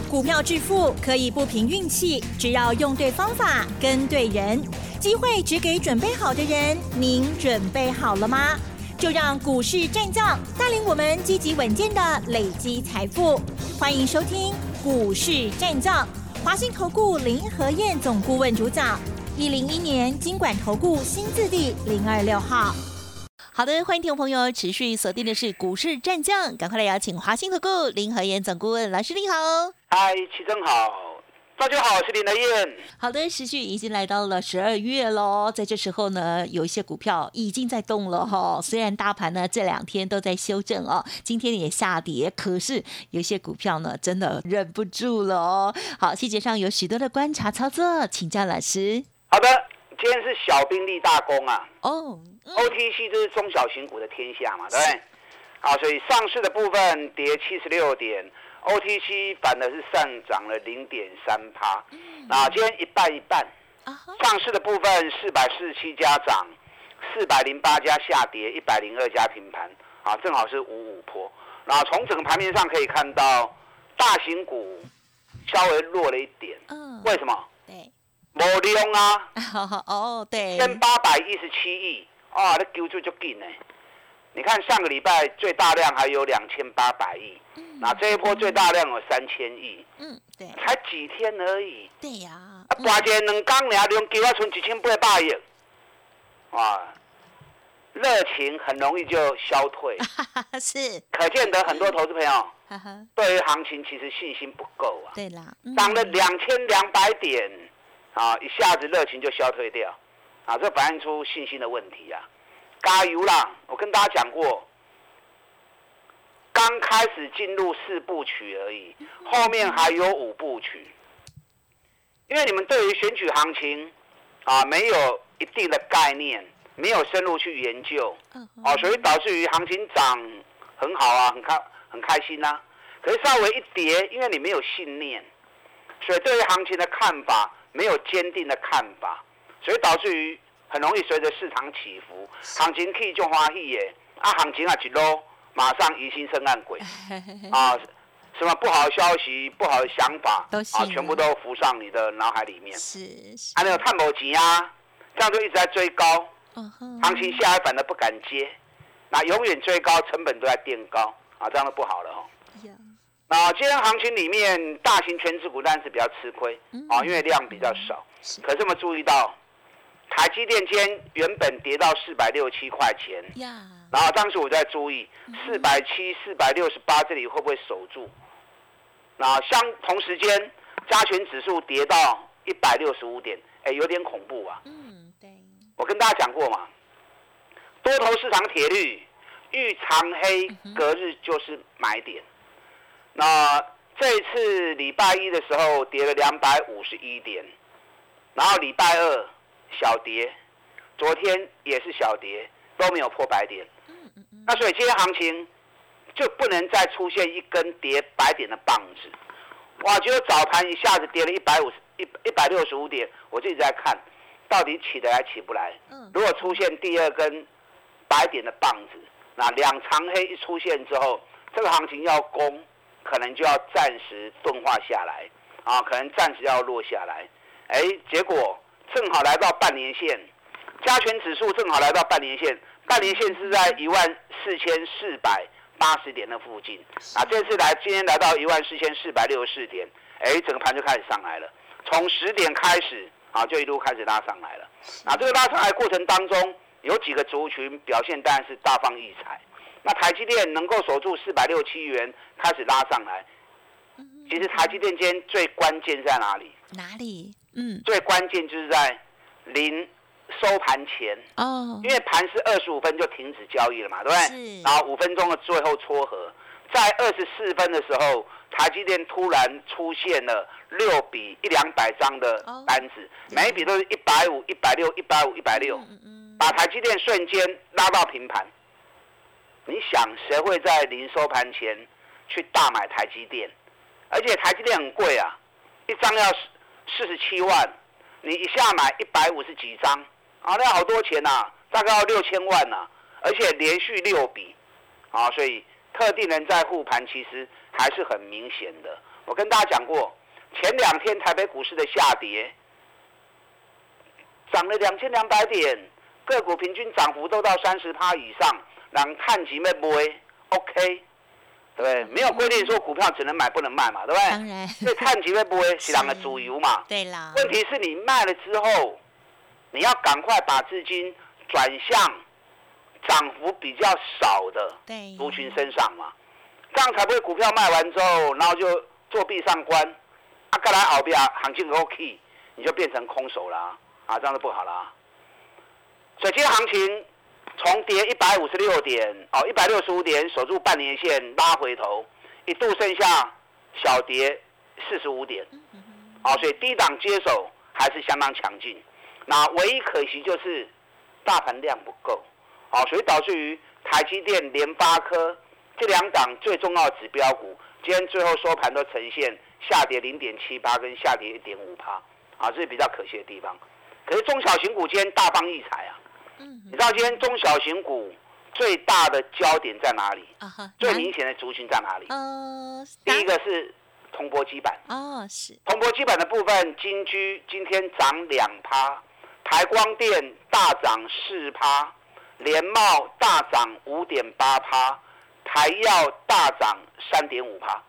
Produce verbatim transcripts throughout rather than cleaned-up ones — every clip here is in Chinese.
股票致富可以不凭运气，只要用对方法、跟对人。机会只给准备好的人，您准备好了吗？就让股市战将带领我们积极稳健的累积财富。欢迎收听股市战将，华信投顾林和彥总顾问主讲，一零一年金管投顾新字第零二六号。好的，欢迎听众朋友持续锁定的是股市战将，赶快来邀请华信投顾林和彥总顾问老师，你好。 嗨，齐正好，大家好，我是林和彥。 好的，时序已经来到了十二月喽，在这时候呢，有一些股票已经在动了哈。虽然大盘呢这两天都在修正哦，今天也下跌，可是有些股票呢真的忍不住了哦。好，细节上有许多的观察操作，请教老师。 好的，今天是小兵立大功啊。 哦、 嗯、，O T C 就是中小型股的天下嘛，对不对？好，所以上市的部分跌七十六点。O T C 反而是上涨了 零点三趴，那今天一半一半。上市的部分四百四十七家涨，四百零八家下跌，一百零二家平盘，啊，正好是五五波。那从整个盘面上可以看到，大型股稍微弱了一点。嗯，为什么？ 对， 没量啊。 哦，对。 千八百一十七亿，啊，那丢出就紧呢。你看上个礼拜最大量还有两千八百亿。那这一波最大量有三千亿，嗯，对，才几天而已， 对呀， 啊，大节两天俩量给我存一千八百亿，哇，热情很容易就消退， 是， 可见得很多投资朋友对于行情其实信心不够啊， 对啦， 涨了两千两百点，啊，一下子热情就消退掉，啊，这反映出信心的问题啊，加油啦！我跟大家讲过。刚开始进入四部曲而已，后面还有五部曲。因为你们对于选举行情啊没有一定的概念，没有深入去研究，哦，所以导致于行情涨很好啊，很开很开心啊。可是稍微一跌，因为你没有信念，所以对于行情的看法没有坚定的看法，所以导致于很容易随着市场起伏，行情起就欢喜耶，啊，行情啊一落。马上疑心生暗鬼啊！什么不好的消息、不好的想法啊，全部都浮上你的脑海里面。 是是。 还、啊、有探某钱啊，这样就一直在追高，嗯、行情下来反而不敢接，那永远追高，成本都在垫高啊，这样就不好了哦。Yeah. 那今天行情里面，大型全指股当然是比较吃亏、嗯、啊，因为量比较少。可是我们注意到，台积电今天原本跌到四百六十七块钱。Yeah.然后当时我在注意四百七、四百六十八这里会不会守住？那相同时间，加权指数跌到一百六十五点，哎，有点恐怖啊。嗯，对。我跟大家讲过嘛，多头市场铁律，遇长黑隔日就是买点。那这一次礼拜一的时候跌了两百五十一点，然后礼拜二小跌，昨天也是小跌，都没有破百点。那所以今天行情就不能再出现一根跌百点的棒子，哇！结果早盘一下子跌了一百五十一一百六十五点，我就一直在看，到底起得来起不来。如果出现第二根百点的棒子，那两长黑一出现之后，这个行情要攻，可能就要暂时钝化下来啊，可能暂时要落下来。哎，结果正好来到半年线，加权指数正好来到半年线。半年线是在一万四千四百八十点的附近，啊，这次来今天来到一万四千四百六十四点，哎，整个盘就开始上来了，从十点开始啊，就一路开始拉上来了。那这个拉上来的过程当中，有几个族群表现当然是大放异彩。那台积电能够守住四百六十七元，开始拉上来。其实台积电今天最关键在哪里？ 哪里？嗯， 最关键就是在零。收盘前哦，因为盘是二十五分就停止交易了嘛，对不对？然后五分钟的最后撮合，在二十四分的时候，台积电突然出现了六笔一两百张的单子，哦、每一笔都是一百五、一百六、一百五、一百六，把台积电瞬间拉到平盘。你想谁会在临收盘前去大买台积电？而且台积电很贵啊，一张要四十七万，你一下买一百五十几张。啊，那好多钱呐、啊，大概要六千万呐、啊，而且连续六笔，啊，所以特定人在护盘，其实还是很明显的。我跟大家讲过，前两天台北股市的下跌，涨了两千两百点，个股平均涨幅都到三十趴以上，人看几妹不会 OK， 对不对？没有规定说股票只能买不能卖嘛，对不对？ 当然， 所以看几妹不会是人的主流嘛。 对啦。 问题是你卖了之后，你要赶快把资金转向涨幅比较少的族群身上嘛，这样才不会股票卖完之后，然后就作壁上观，啊，再来后边行情 OK， 你就变成空手啦，啊，这样就不好啦。所以今天行情从跌一百五十六点，哦，一百六十五点守住半年线拉回头，一度剩下小跌四十五点，啊，所以低档接手还是相当强劲。那唯一可惜就是大盘量不够，啊，所以导致于台积电、联发科这两档最重要的指标股，今天最后收盘都呈现下跌 零点七八 跟下跌 一点五趴，啊，这是比较可惜的地方。可是中小型股今天大放异彩啊！你知道今天中小型股最大的焦点在哪里？ Uh-huh. 最明显的族群在哪里？ Uh, 第一个是铜箔基板。 哦，是。铜箔基板的部分，金居今天涨两趴，台光电大涨四趴，联茂大涨五点八趴，台药大涨三点五趴。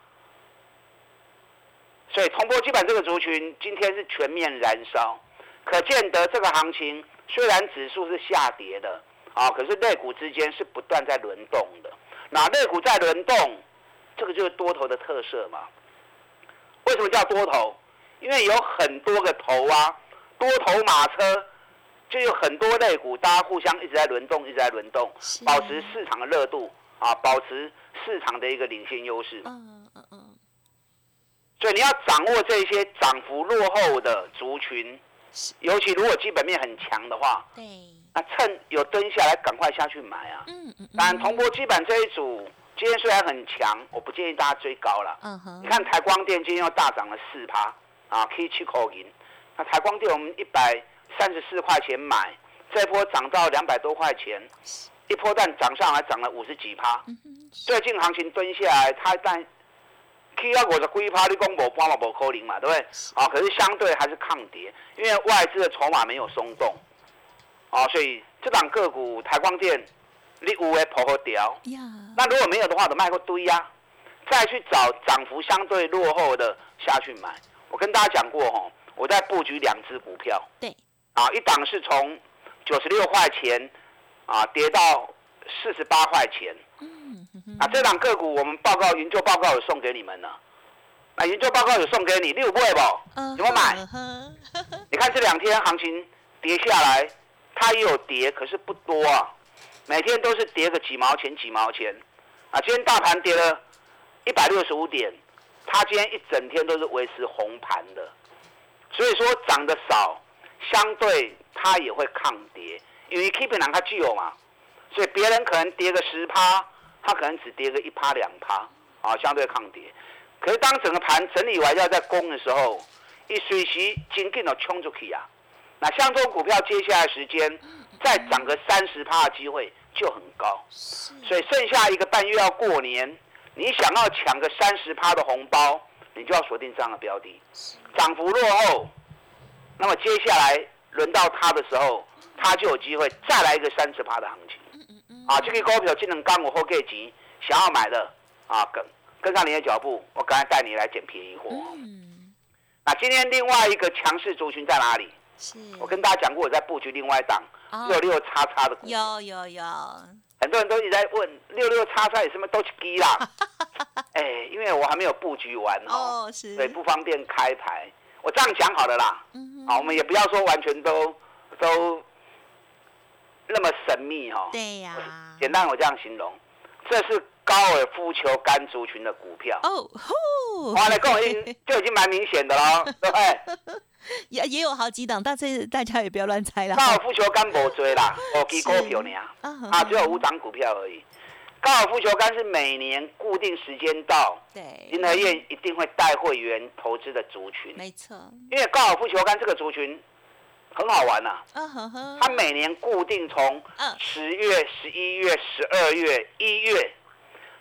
所以铜箔基板这个族群今天是全面燃烧，可见得这个行情虽然指数是下跌的，啊，可是类股之间是不断在轮动的。那类股在轮动，这个就是多头的特色嘛。为什么叫多头？因为有很多个头啊，多头马车就有很多类股，大家互相一直在轮动，一直在轮动，保持市场的热度啊，保持市场的一个领先优势。嗯嗯嗯。所以你要掌握这些涨幅落后的族群，尤其如果基本面很强的话，对，那趁有蹲下来赶快下去买啊。嗯嗯。当然，铜箔基板这一组今天虽然很强，我不建议大家追高了。嗯哼。你看台光电今天又大涨了四趴，啊，可以七口银。那台光电我们一百三十四块钱买，这一波涨到两百多块钱，一波段涨上来涨了五十几趴。嗯哼。最近行情蹲下来，它但起到五十几趴，你讲无半嘛无可能嘛，对不对？啊，可是相对还是抗跌，因为外资的筹码没有松动，啊，所以这档个股台光电，你有的抱好掉，那如果没有的话，就卖个堆呀、啊，再去找涨幅相对落后的下去买。我跟大家讲过吼，我在布局两只股票，对，啊，一档是从九十六块钱啊跌到四十八块钱。啊，这档个股我们报告研究报告有送给你们了，那研究报告有送给你，你有买不？有没有买？你看这两天行情跌下来，它也有跌，可是不多啊，每天都是跌个几毛钱几毛钱。啊，今天大盘跌了一百六十五点，它今天一整天都是维持红盘的，所以说涨得少，相对它也会抗跌，因为 keep 人它具有嘛，所以别人可能跌个十趴。它可能只跌个一趴两趴，啊，相对抗跌。可是当整个盘整理完要在攻的时候，一随时紧紧的冲出去啊。那像这种股票，接下来时间再涨个三十趴的机会就很高。所以剩下一个半月要过年，你想要抢个三十趴的红包，你就要锁定这样的标的，涨幅落后。那么接下来轮到它的时候，它就有機會再來一個三十趴的行情。啊，這個股票今能剛我後價錢，想要買的啊，跟跟上你的腳步，我剛才帶你來撿便宜貨。嗯。那今天另外一個強勢族群在哪裡？是。我跟大家講過，我在布局另外一檔六六叉叉的股。有有有。很多人都一直在問六六叉叉有什麼都去基啦？哎、欸，因為我還沒有布局完哦，哦是，所以不方便開牌。我這樣講好了啦。嗯。好，我們也不要說完全都都那麼神秘哈、哦。對呀、啊。簡單我這樣形容，這是高爾夫球桿族群的股票。哦呼。哇，你跟我已經就已經蠻明顯的了，對不對？ 也也有好幾檔，但是大家也不要亂猜啦。 高爾夫球桿沒追啦，五支股票呢，啊，只有五檔股票而已。高爾夫球桿是每年固定時間到，對，銀河院一定會帶會員投資的族群。沒錯。因為高爾夫球桿這個族群很好玩啊，uh-huh. 它每年固定從十月、十一月、十二月、一月，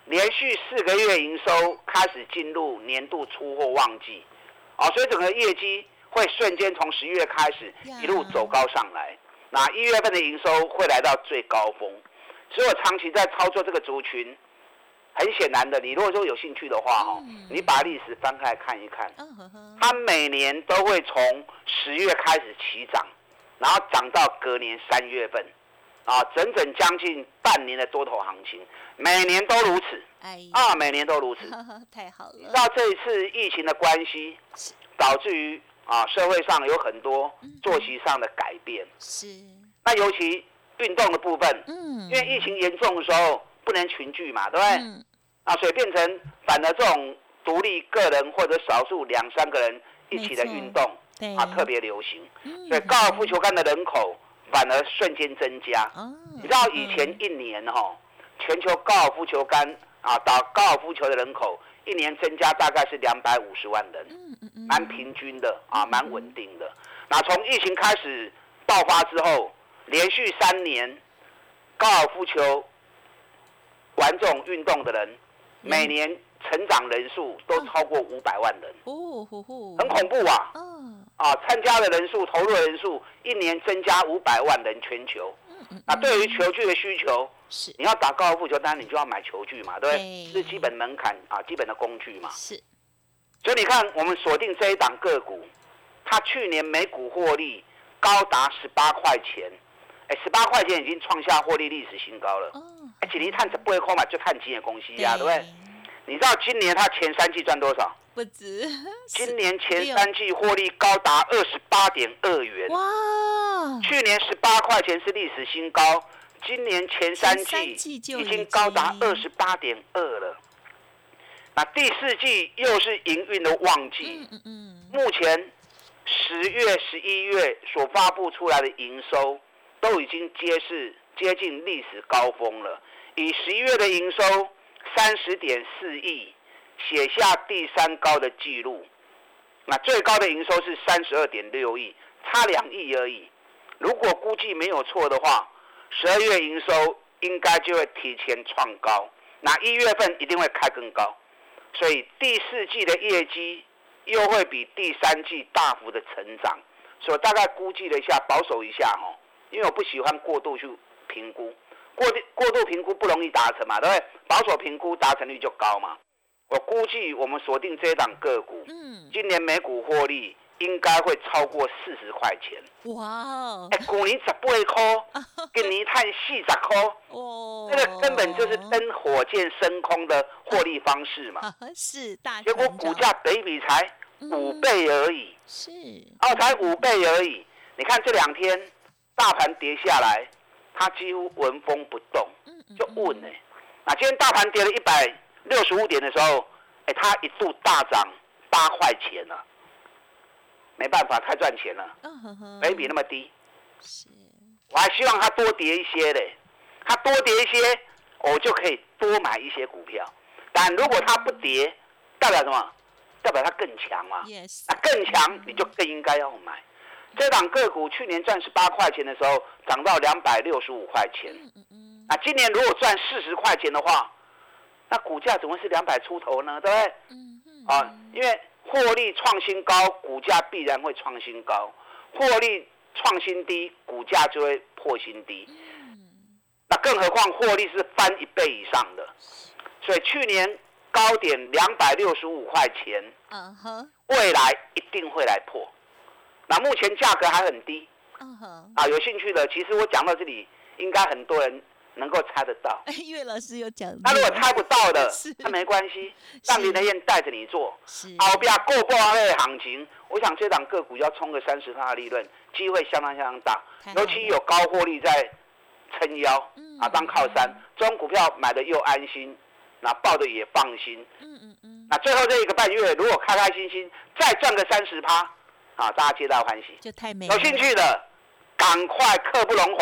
连续四个月营收开始进入年度出货旺季，啊，所以整个业绩会瞬间从十月开始一路走高上来。那一月份的营收会来到最高峰，所以我长期在操作这个族群。很显然的，你如果说有兴趣的话，哦，你把历史翻开看一看，它每年都会从十月开始起涨，然后涨到隔年三月份，啊，整整将近半年的多头行情，每年都如此，啊，每年都如此， 太好了。 你知道这一次疫情的关系，导致于啊社会上有很多作息上的改变， 是。 那尤其运动的部分，嗯，因为疫情严重的时候不能群聚嘛，对不对？嗯，啊，所以变成反而这种独立个人或者少数两三个人一起的运动，啊，特别流行。嗯，所以高尔夫球杆的人口反而瞬间增加。哦，你知道以前一年哈，哦，全球高尔夫球杆啊打高尔夫球的人口一年增加大概是两百五十万人，蛮平均的啊，蛮稳定的。那从疫情开始爆发之后，连续三年高尔夫球玩这种运动的人，每年成长人数都超过五百万人，很恐怖啊！啊，参加的人数、投入的人数，一年增加五百万人，全球。那对于球具的需求，你要打高尔夫球，当然你就要买球具嘛，对不对？是基本门槛啊，基本的工具嘛。是。所以你看，我们锁定这一档个股，它去年每股获利高达十八块钱。哎，十八块钱已经创下获利历史新高了。哎，一年赚十八块嘛，就赚钱的公司呀，对不对？你知道今年它前三季赚多少？ 不止。 今年前三季获利高达二十八点二元。哇！去年十八块钱是历史新高，今年前三季已经高达二十八点二了。那第四季又是营运的旺季。嗯嗯嗯。目前十月、十一月所发布出来的营收，都已经接是接近历史高峰了。以十一月的营收三十点四亿，写下第三高的纪录。那最高的营收是三十二点六亿，差两亿而已。如果估计没有错的话，十二月营收应该就会提前创高。那一月份一定会开更高，所以第四季的业绩又会比第三季大幅的成长。所以我大概估计了一下，保守一下哈。因为我不喜欢过度去评估，过过度评估不容易达成嘛，对不对？保守评估达成率就高嘛。我估计我们锁定这一档个股，嗯，今年每股获利应该会超过四十块钱。哇哦！哎，去年十八块，今年赚四十块，哦，那个根本就是登火箭升空的获利方式嘛。 是大。 结果股价比比才五倍而已。 是。 哦，才五倍而已。你看这两天。大盘跌下来，它几乎纹风不动，就稳哎。那今天大盘跌了一百六十五点的时候，哎，它一度大涨八块钱了。没办法，太赚钱了，本益比那么低。是。我还希望它多跌一些嘞，它多跌一些，我就可以多买一些股票。但如果它不跌，代表什么？代表它更强嘛。Yes. 那更强，你就更应该要买。这档个股去年赚十八块钱的时候，涨到两百六十五块钱。那今年如果赚四十块钱的话，那股价怎么是两百出头呢？对不对？啊，因为获利创新高，股价必然会创新高；获利创新低，股价就会破新低。那更何况获利是翻一倍以上的，所以去年高点两百六十五块钱，未来一定会来破。那目前价格还很低， uh-huh. 啊，有兴趣的，其实我讲到这里，应该很多人能够猜得到。 岳老师有讲， 那如果猜不到的，那没关系，让林德燕带着你做。后边过半的行情，我想这档个股要冲个三十%的利润，机会相当相当大，尤其有高获利在撑腰，嗯、啊当靠山，这种股票买的又安心，那抱的也放心。嗯嗯嗯。那最后这一个半月，如果开开心心再赚个三十%。啊，大家皆大欢喜， 就太美了。 有兴趣的，赶快刻不容缓，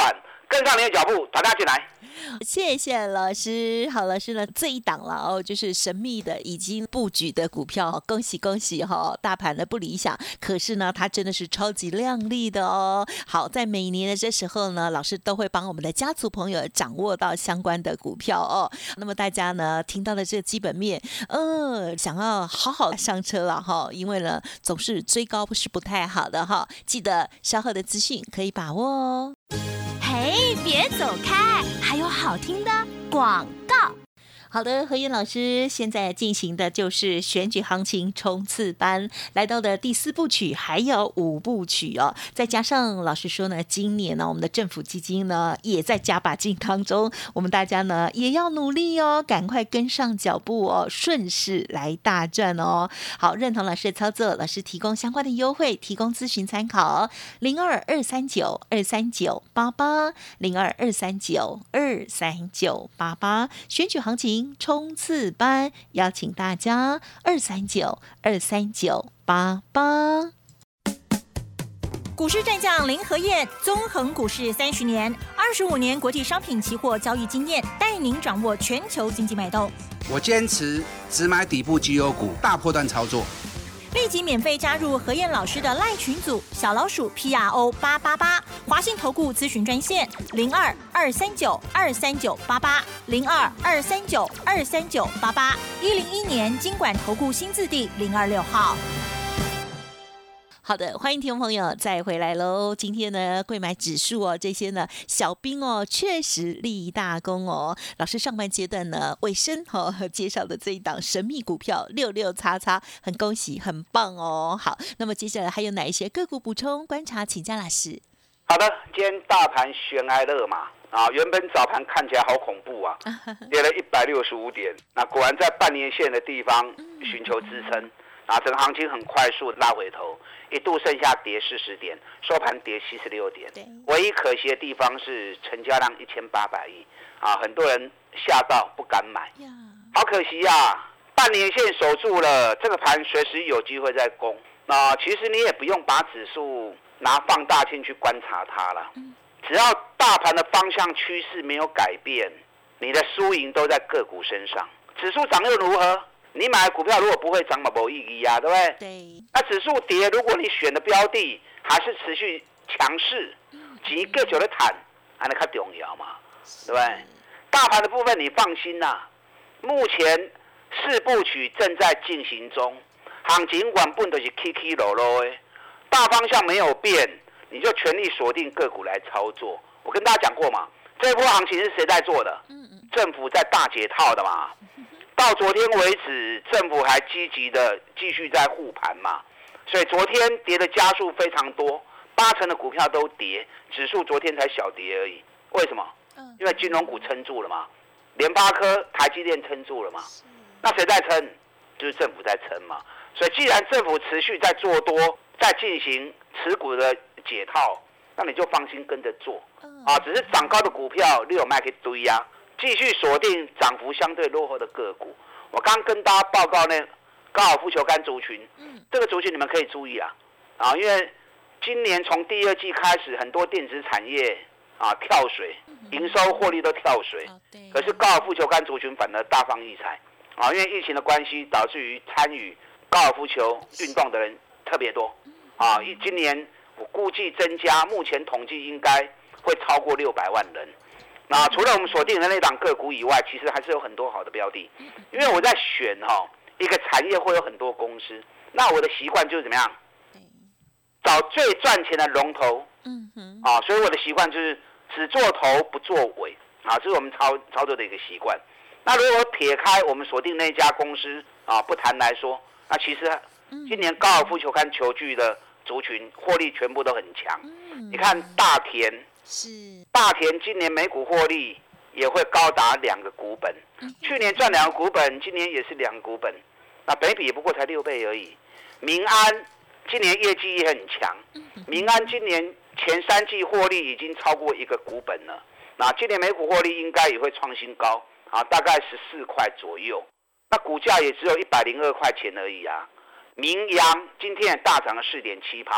跟上你的脚步，大家进来。 谢谢老师。好，老师呢这一档了哦，就是神秘的已经布局的股票，恭喜恭喜哈、哦！大盘的不理想，可是呢它真的是超级亮丽的哦。好，在每年的这时候呢，老师都会帮我们的家族朋友掌握到相关的股票哦。那么大家呢听到的这个基本面，呃，想要好好上车了哈，因为呢总是追高是不太好的哈。记得稍后的资讯可以把握哦。 嘿，别走开，还有好听的广告。 好的，何燕老师现在进行的就是选举行情冲刺班，来到的第四部曲还有五部曲哦，再加上老师说呢，今年呢我们的政府基金呢也在加把劲当中，我们大家呢也要努力哦，赶快跟上脚步哦，顺势来大赚哦。好，认同老师的操作，老师提供相关的优惠，提供咨询参考，零二二三九二三九八八零二二三九二三九八八，选举行情冲刺班，邀请大家二三九二三九八八。股市战将林和燕，纵横股市三十年，二十五年国际商品期货交易经验，带您掌握全球经济脉动。 我坚持只买底部绩优股，大波段操作。 立即免费加入何燕老师的赖群组，小老鼠 P R O 八八八，华信投顾咨询专线零二二三九二三九八八零二二三九二三九八八，一零一年金管投顾新字第零二六号。好的，欢迎听众朋友再回来喽。今天呢，贵买指数哦，这些呢小兵哦，确实立大功哦。老师上半阶段呢尾声哦介绍的这一档神秘股票六六叉叉，很恭喜，很棒哦。好，那么接下来还有哪一些个股补充观察，请教老师。 好的，今天大盘悬崖勒马啊，原本早盘看起来好恐怖啊，跌了一百六十五点，那果然在半年线的地方寻求支撑。啊，整个行情很快速拉回头，一度剩下跌四十点，收盘跌七十六点。唯一可惜的地方是成交量一千八百亿，啊，很多人吓到不敢买，好可惜啊！半年线守住了，这个盘随时有机会再攻。那、啊、其实你也不用把指数拿放大镜去观察它了，只要大盘的方向趋势没有改变，你的输赢都在个股身上。指数涨又如何？你买的股票如果不会涨嘛，没意义啊，对不对？ 对。 那指数跌，如果你选的标的还是持续强势，几个久的谈，还能较重要嘛，对不对？大盘的部分你放心啦、啊，目前四部曲正在进行中，行情原本都是起起落落的，大方向没有变，你就全力锁定个股来操作。我跟大家讲过嘛，这一波行情是谁在做的？政府在大解套的嘛。到昨天为止，政府还积极的继续在护盘嘛，所以昨天跌的家数非常多，八成的股票都跌，指数昨天才小跌而已。为什么？因为金融股撑住了嘛，联发科、台积电撑住了嘛，那谁在撑？就是政府在撑嘛。所以既然政府持续在做多，在进行持股的解套，那你就放心跟着做啊。只是涨高的股票你有卖去堆啊。继续锁定涨幅相对落后的个股。我刚跟大家报告呢，高尔夫球杆族群，这个族群你们可以注意啊，啊，因为今年从第二季开始，很多电子产业啊跳水，营收获利都跳水，可是高尔夫球杆族群反而大放异彩啊，因为疫情的关系，导致于参与高尔夫球运动的人特别多啊，今年我估计增加，目前统计应该会超过六百万人。那除了我们锁定的那档个股以外，其实还是有很多好的标的。因为我在选哈、哦、一个产业会有很多公司，那我的习惯就是怎么样？找最赚钱的龙头。嗯哼。啊，所以我的习惯就是只做头不做尾啊，这是我们操操作的一个习惯。那如果撇开我们锁定那家公司啊不谈来说，那其实今年高尔夫球杆球具的族群获利全部都很强。你看大田。是大田今年每股获利也会高达两个股本，去年赚两个股本，今年也是两个股本，那本益比也不过才六倍而已。民安今年业绩也很强，民安今年前三季获利已经超过一个股本了，那今年每股获利应该也会创新高啊，大概十四块左右，那股价也只有一百零二块钱而已啊。明阳今天也大涨了四点七趴。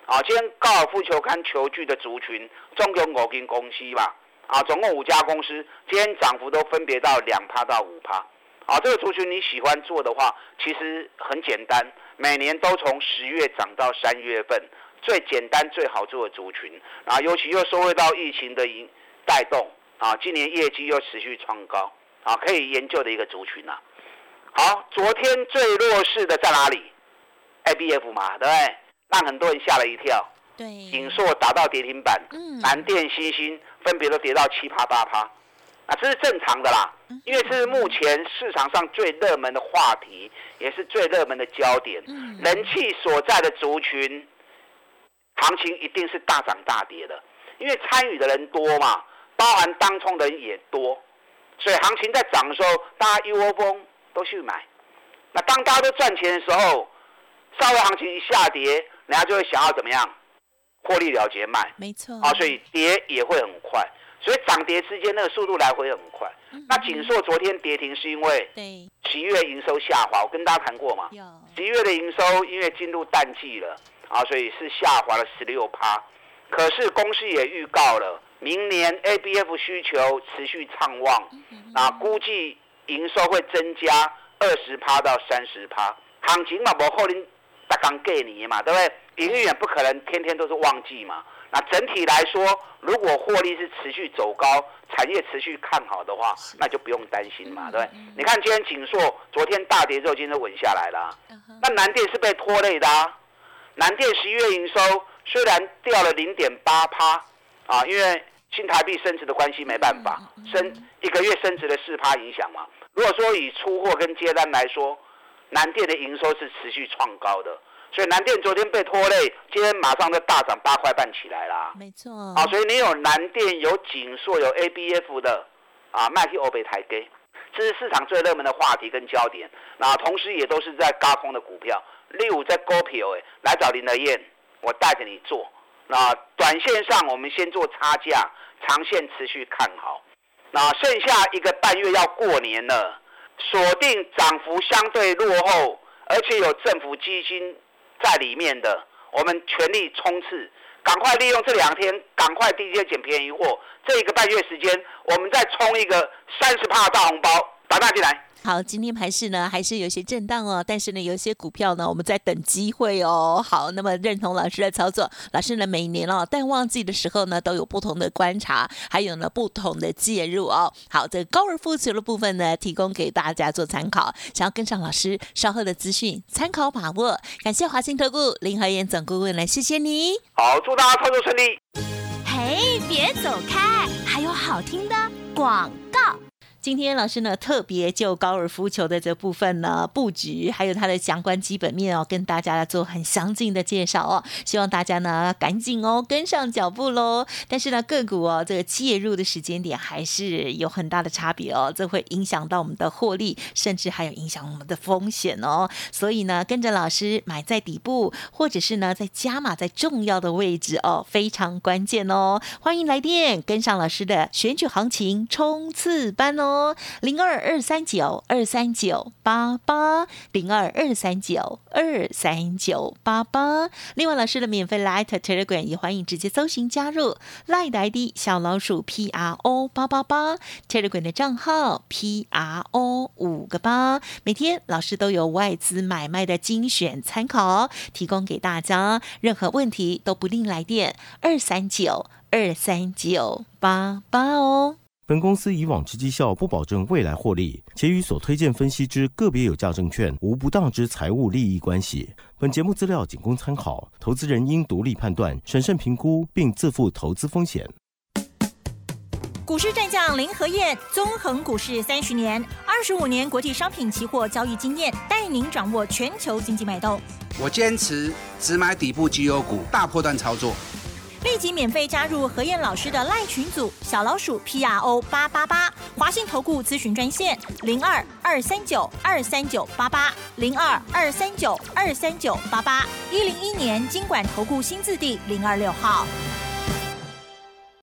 啊，今天高尔夫球杆球具的族群总共五间公司嘛，啊，总共五家公司，今天涨幅都分别到两趴到五趴。啊，这个族群你喜欢做的话，其实很简单，每年都从十月涨到三月份，最简单最好做的族群。啊，尤其又受惠到疫情的影带动，啊，今年业绩又持续创高，啊，可以研究的一个族群啊。好，昨天最弱势的在哪里 ？A B F 嘛，对不对？让很多人吓了一跳。 对。 景硕打到跌停板，嗯，南电、新兴分别都跌到七趴八趴，啊，这是正常的啦，因为这是目前市场上最热门的话题，也是最热门的焦点，嗯，人气所在的族群，行情一定是大涨大跌的，因为参与的人多嘛，包含当冲的人也多，所以行情在涨的时候，大家一窝蜂都去买。那当大家都赚钱的时候，稍微行情一下跌，人家就会想要怎么样？获利了结卖。 没错。 啊，所以跌也会很快，所以涨跌之间那个速度来回很快。嗯、那景硕昨天跌停是因为十一月营收下滑，我跟大家谈过嘛。十一月的营收因为进入淡季了啊，所以是下滑了十六趴。可是公司也预告了，明年 A B F 需求持续畅旺，啊，估计营收会增加二十趴到三十趴。行情嘛，无可能大刚过年嘛，对不对？营运也不可能天天都是旺季嘛。那整体来说，如果获利是持续走高，产业持续看好的话，那就不用担心嘛，对不对？你看今天景硕昨天大跌之后，今天都稳下来了、啊。那南电是被拖累的啊。南电十一月营收虽然掉了零点八趴啊，因为新台币升值的关系没办法，升一个月升值了四趴影响嘛。如果说以出货跟接单来说，南电的营收是持续创高的。所以南电昨天被拖累，今天马上就大涨八块半起来啦。 没错。 啊，所以你有南电、有景硕、有 A B F 的啊，卖去欧北台给，这是市场最热门的话题跟焦点。那同时也都是在軋空的股票，例如在股票诶，来找林德燕，我带着你做。那短线上我们先做差价，长线持续看好。那剩下一个半月要过年了，锁定涨幅相对落后，而且有政府基金在里面的，我们全力冲刺，赶快利用这两天，赶快低阶捡便宜货。这一个半月时间，我们再冲一个三十趴的大红包，打大进来。 好，今天盘势呢还是有些震荡哦，但是呢有些股票呢我们在等机会哦。好，那么认同老师的操作，老师呢每年哦淡旺季的时候呢都有不同的观察，还有呢不同的介入哦。好，这个高尔夫球的部分呢提供给大家做参考，想要跟上老师稍后的资讯，参考把握。感谢华信投顾林和彥总顾问来，谢谢你。 好，祝大家操作顺利。 嘿，别走开，还有好听的广告。 今天老师呢特别就高尔夫球的这部分呢布局，还有它的相关基本面哦，跟大家来做很详尽的介绍哦。希望大家呢赶紧哦跟上脚步喽。但是呢个股哦这个介入的时间点还是有很大的差别哦，这会影响到我们的获利，甚至还有影响我们的风险哦。所以呢跟着老师买在底部，或者是呢在加码在重要的位置哦，非常关键哦。欢迎来电跟上老师的选举行情冲刺班哦。零二二三九二三九八八零二二三九二三九八八。另外，老师的免费 Line Telegram 也欢迎直接搜寻加入 Line 的 I D 小老鼠 P R O 八八八 Telegram 的账号 P R O 五个八。每天老师都有外资买卖的精选参考，提供给大家。任何问题都不吝来电二三九二三九八八哦。 本公司以往之绩效不保证未来获利，且与所推荐分析之个别有价证券无不当之财务利益关系。本节目资料仅供参考，投资人应独立判断、审慎评估，并自负投资风险。 股市战将林和彥，纵横股市三十年，二十五年国际商品期货交易经验，带您掌握全球经济脉动。 我坚持只买底部绩优股，大波段操作。 立即免费加入和彥老师的赖群组，小老鼠 P R O 八八八，华信投顾咨询专线零二二三九二三九八八零二二三九二三九八八，一零一年金管投顾新字第零二六号。